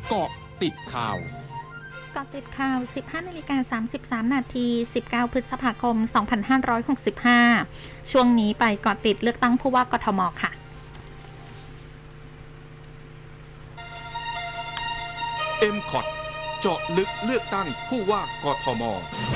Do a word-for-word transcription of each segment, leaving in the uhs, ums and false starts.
เกาะติดข่าวเกาะติดข่าว สิบห้านาฬิกาสามสิบสามนาที สิบเก้าพฤษภาคมสองพันห้าร้อยหกสิบห้าช่วงนี้ไปเกาะติดเลือกตั้งผู้ว่ากทมค่ะเอ็ม คอท เจาะลึกเลือกตั้งผู้ว่ากทม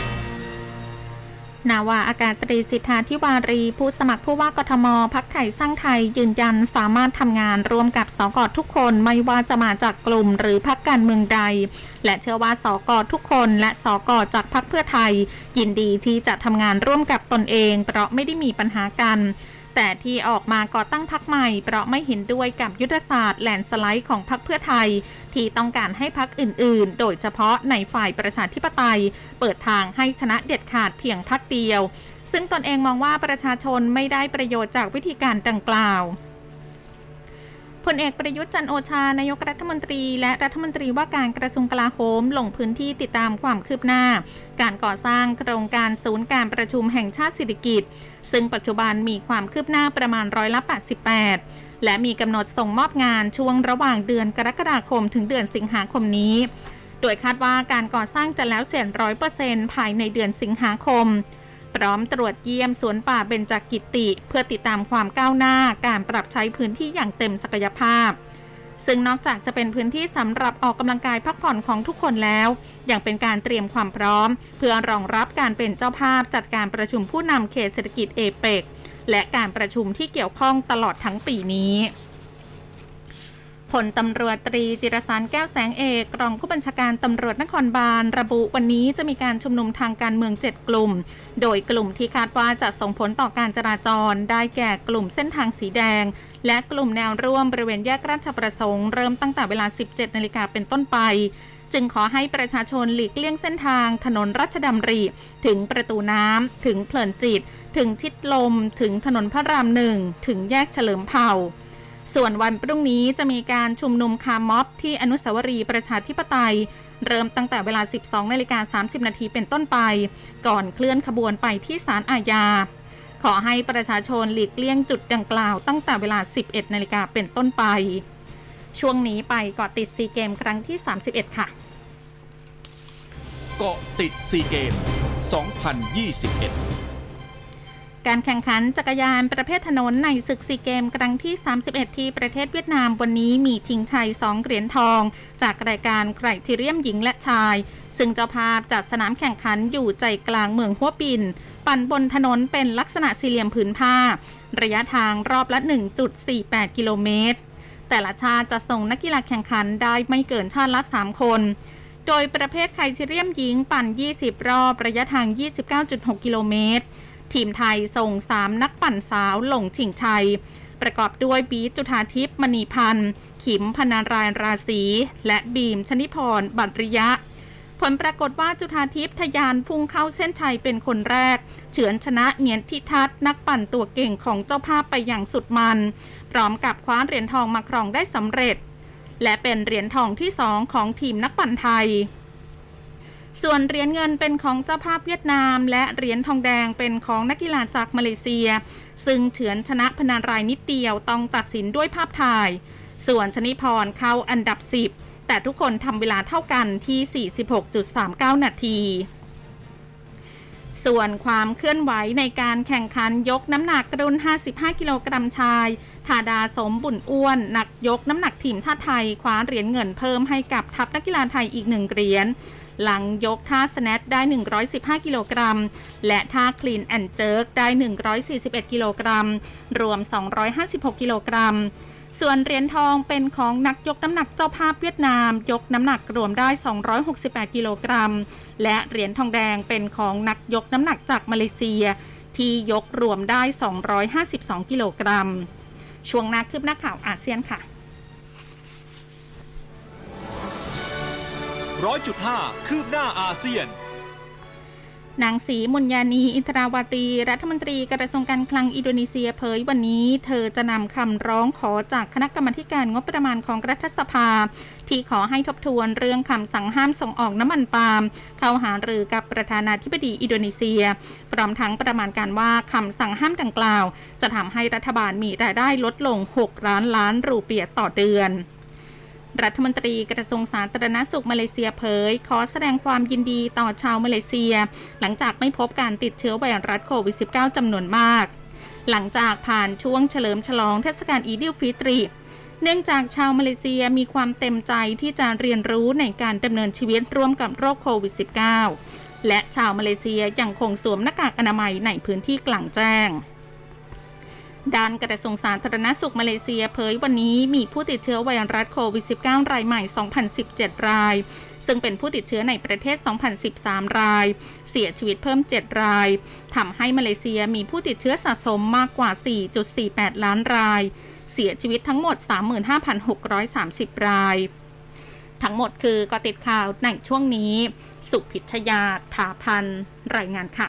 นาวาอากาศตรีสิทธาธิวารีผู้สมัครผู้ว่ากทมพรรคไทยสร้างไทยยืนยันสามารถทำงานร่วมกับสกทุกคนไม่ว่าจะมาจากกลุ่มหรือพรรคการเมืองใดและเชื่อว่าสกทุกคนและสกจากพรรคเพื่อไทยยินดีที่จะทำงานร่วมกับตนเองเพราะไม่ได้มีปัญหากันแต่ที่ออกมาก่อตั้งพรรคใหม่เพราะไม่เห็นด้วยกับยุทธศาสตร์แลนด์สไลด์ของพรรคเพื่อไทยที่ต้องการให้พรรคอื่นๆโดยเฉพาะในฝ่ายประชาธิปไตยเปิดทางให้ชนะเด็ดขาดเพียงพรรคเดียวซึ่งตนเองมองว่าประชาชนไม่ได้ประโยชน์จากวิธีการดังกล่าวพลเอกประยุทธ์จันทร์โอชานายกรัฐมนตรีและรัฐมนตรีว่าการกระทรวงกลาโหมลงพื้นที่ติดตามความคืบหน้าการก่อสร้างโครงการศูนย์การประชุมแห่งชาติสิริกิติ์ซึ่งปัจจุบันมีความคืบหน้าประมาณร้อยละแปดสิบแปดและมีกำหนดส่งมอบงานช่วงระหว่างเดือนกรกฎาคมถึงเดือนสิงหาคมนี้โดยคาดว่าการก่อสร้างจะแล้วเสร็จ ร้อยเปอร์เซ็นต์ ภายในเดือนสิงหาคมพร้อมตรวจเยี่ยมสวนป่าเบญจกิติเพื่อติดตามความก้าวหน้าการปรับใช้พื้นที่อย่างเต็มศักยภาพซึ่งนอกจากจะเป็นพื้นที่สำหรับออกกำลังกายพักผ่อนของทุกคนแล้วยังเป็นการเตรียมความพร้อมเพื่อรองรับการเป็นเจ้าภาพจัดการประชุมผู้นำเขตเศรษฐกิจเอเปกและการประชุมที่เกี่ยวข้องตลอดทั้งปีนี้พลตำรวจตรีจิรสารแก้วแสงเอกรองผู้บัญชาการตำรวจนครบาลระบุวันนี้จะมีการชุมนุมทางการเมืองเจ็ดกลุ่มโดยกลุ่มที่คาดว่าจะส่งผลต่อการจราจรได้แก่กลุ่มเส้นทางสีแดงและกลุ่มแนวร่วมบริเวณแยกราชประสงค์เริ่มตั้งแต่เวลา สิบเจ็ดนาฬิกาเป็นต้นไปจึงขอให้ประชาชนหลีกเลี่ยงเส้นทางถนนราชดำริถึงประตูน้ำถึงเพลินจิตถึงชิดลมถึงถนนพระรามหนึ่งถึงแยกเฉลิมเผ่าส่วนวันพรุ่งนี้จะมีการชุมนุมคาร์ม็อบที่อนุสาวรีย์ประชาธิปไตยเริ่มตั้งแต่เวลา สิบสองนาฬิกาสามสิบนาทีเป็นต้นไปก่อนเคลื่อนขบวนไปที่ศาลอาญาขอให้ประชาชนหลีกเลี่ยงจุดดังกล่าวตั้งแต่เวลา สิบเอ็ดนาฬิกาเป็นต้นไปช่วงนี้ไปเกาะติดซีเกมครั้งที่สามสิบเอ็ดค่ะเกาะติดซีเกมสองพันยี่สิบเอ็ดการแข่งขันจักรยานประเภทถนนในศึกซีเกมครั้งที่สามสิบเอ็ดที่ประเทศเวียดนามวันนี้มีชิงชัยสองเหรียญทองจากรายการไครทีเรียมหญิงและชายซึ่งเจ้าภาพจัดสนามแข่งขันอยู่ใจกลางเมืองฮั่วปินปั่นบนถนนเป็นลักษณะสี่เหลี่ยมผืนผ้าระยะทางรอบละ หนึ่งจุดสี่แปด กิโลเมตรแต่ละชาติจะส่งนักกีฬาแข่งขันได้ไม่เกินชาติละสามคนโดยประเภทไครทีเรียมหญิงปั่นยี่สิบรอบระยะทาง ยี่สิบเก้าจุดหก กิโลเมตรทีมไทยส่งสามนักปั่นสาวลงชิงชัยประกอบด้วยบีจุฑาทิพย์มณีพันธ์ขิมพนารายราศีและบีมชนิพรบัตรริยะผลปรากฏว่าจุฑาทิพย์ทะยานพุ่งเข้าเส้นชัยเป็นคนแรกเฉือนชนะเงียนทิทัศน์นักปั่นตัวเก่งของเจ้าภาพไปอย่างสุดมันพร้อมกับคว้าเหรียญทองมาครองได้สำเร็จและเป็นเหรียญทองที่สองของทีมนักปั่นไทยส่วนเหรียญเงินเป็นของเจ้าภาพเวียดนามและเหรียญทองแดงเป็นของนักกีฬาจากมาเลเซียซึ่งเฉือนชนะพนารายนิดเดียวต้องตัดสินด้วยภาพถ่ายส่วนชนิพรเข้าอันดับสิบแต่ทุกคนทำเวลาเท่ากันที่ สี่สิบหกจุดสามเก้า นาทีส่วนความเคลื่อนไหวในการแข่งขันยกน้ำหนักรุ่นห้าสิบห้ากิโลกรัมชายธาดาสมบุญอ้วนนักยกน้ำหนักทีมชาติไทยคว้าเหรียญเงินเพิ่มให้กับทัพนักกีฬาไทยอีกหนึ่งเหรียญหลังยกท่าสแนทได้หนึ่งร้อยสิบห้ากิโลกรัมและท่าคลีนแอนด์เจิร์กได้หนึ่งร้อยสี่สิบเอ็ดกิโลกรัมรวมสองร้อยห้าสิบหกกิโลกรัมส่วนเหรียญทองเป็นของนักยกน้ำหนักเจ้าภาพเวียดนามยกน้ำหนักรวมได้สองร้อยหกสิบแปดกิโลกรัมและเหรียญทองแดงเป็นของนักยกน้ำหนักจากมาเลเซียที่ยกรวมได้สองร้อยห้าสิบสองกิโลกรัมช่วงนักคืบหน้าข่าวอาเซียนค่ะร้อยจุดห้าคืบหน้าอาเซียนนางศรีมุญญานีอินทราวาตีรัฐมนตรีกระทรวงการคลังอินโดนีเซียเผยวันนี้เธอจะนำคำร้องขอจากคณะกรรมาการงบประมาณของรัฐสภาที่ขอให้ทบทวนเรื่องคำสั่งห้ามส่งออกน้ำมันปาล์มเข้าหารือกับประธานาธิบดีอินโดนีเซียพร้อมทั้งประมาณการว่าคำสั่งห้ามดังกล่าวจะทำให้รัฐบาลมีรายได้ลดลงหกล้านล้านรูเปียต่อเดือนรัฐมนตรีกระทรวงสาธารณสุขมาเลเซียเผยขอแสดงความยินดีต่อชาวมาเลเซียหลังจากไม่พบการติดเชื้อไวรัสโควิด สิบเก้า จำนวนมากหลังจากผ่านช่วงเฉลิมฉลองเทศกาลอีดิลฟิตรีเนื่องจากชาวมาเลเซียมีความเต็มใจที่จะเรียนรู้ในการดำเนินชีวิตร่วมกับโรคโควิด สิบเก้า และชาวมาเลเซียยังคงสวมหน้ากากอนามัยในพื้นที่กลางแจ้งด้านกระทรวงสาธารณสุขมาเลเซียเผยวันนี้มีผู้ติดเชื้อไวรัสโควิด สิบเก้า รายใหม่ สองพันสิบเจ็ด รายซึ่งเป็นผู้ติดเชื้อในประเทศ สองพันสิบสาม รายเสียชีวิตเพิ่ม เจ็ด รายทำให้มาเลเซียมีผู้ติดเชื้อสะสมมากกว่า สี่จุดสี่แปด ล้านรายเสียชีวิตทั้งหมด สามหมื่นห้าพันหกร้อยสามสิบ รายทั้งหมดคือก็ติดข่าวในช่วงนี้สุพิชยา ถาพันรายงานค่ะ